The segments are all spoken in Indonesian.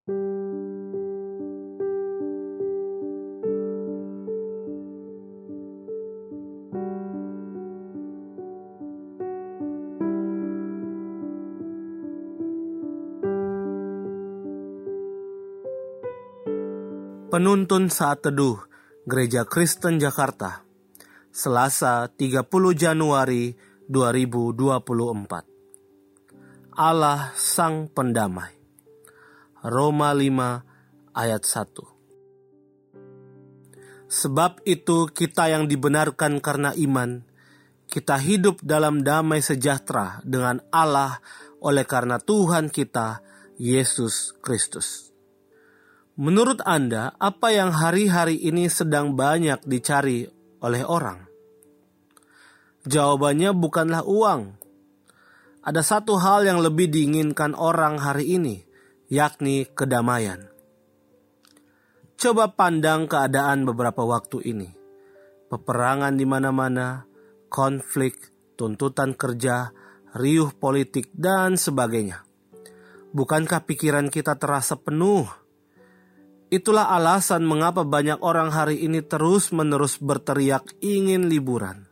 Penuntun Saat Teduh Gereja Kristen Jakarta, Selasa 30 Januari 2024. Allah Sang Pendamai. Roma 5 ayat 1. Sebab itu kita yang dibenarkan karena iman, kita hidup dalam damai sejahtera dengan Allah oleh karena Tuhan kita, Yesus Kristus. Menurut Anda, apa yang hari-hari ini sedang banyak dicari oleh orang? Jawabannya bukanlah uang. Ada satu hal yang lebih diinginkan orang hari ini, yakni kedamaian. Coba pandang keadaan beberapa waktu ini. Peperangan di mana-mana, konflik, tuntutan kerja, riuh politik, dan sebagainya. Bukankah pikiran kita terasa penuh? Itulah alasan mengapa banyak orang hari ini terus-menerus berteriak ingin liburan.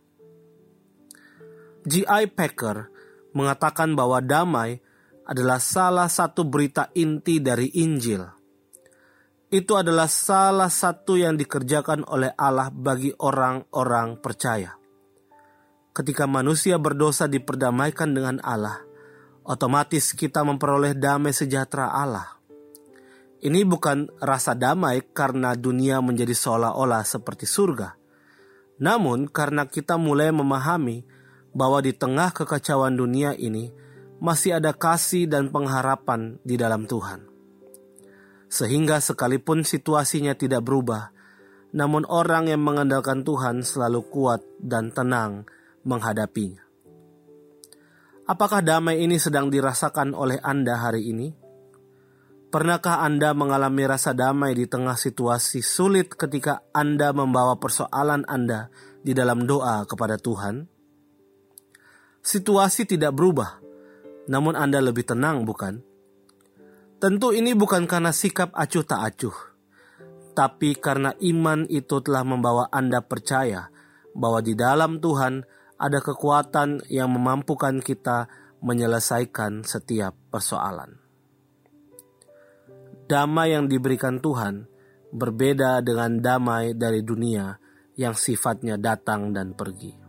J.I. Packer mengatakan bahwa damai adalah salah satu berita inti dari Injil. Itu adalah salah satu yang dikerjakan oleh Allah bagi orang-orang percaya. Ketika manusia berdosa diperdamaikan dengan Allah, otomatis kita memperoleh damai sejahtera Allah. Ini bukan rasa damai karena dunia menjadi seolah-olah seperti surga. Namun karena kita mulai memahami bahwa di tengah kekacauan dunia ini masih ada kasih dan pengharapan di dalam Tuhan. Sehingga sekalipun situasinya tidak berubah, namun orang yang mengandalkan Tuhan selalu kuat dan tenang menghadapinya. Apakah damai ini sedang dirasakan oleh Anda hari ini? Pernahkah Anda mengalami rasa damai di tengah situasi sulit ketika Anda membawa persoalan Anda di dalam doa kepada Tuhan? Situasi tidak berubah, namun Anda lebih tenang, bukan? Tentu ini bukan karena sikap acuh tak acuh, tapi karena iman itu telah membawa Anda percaya bahwa di dalam Tuhan ada kekuatan yang memampukan kita menyelesaikan setiap persoalan. Damai yang diberikan Tuhan berbeda dengan damai dari dunia yang sifatnya datang dan pergi.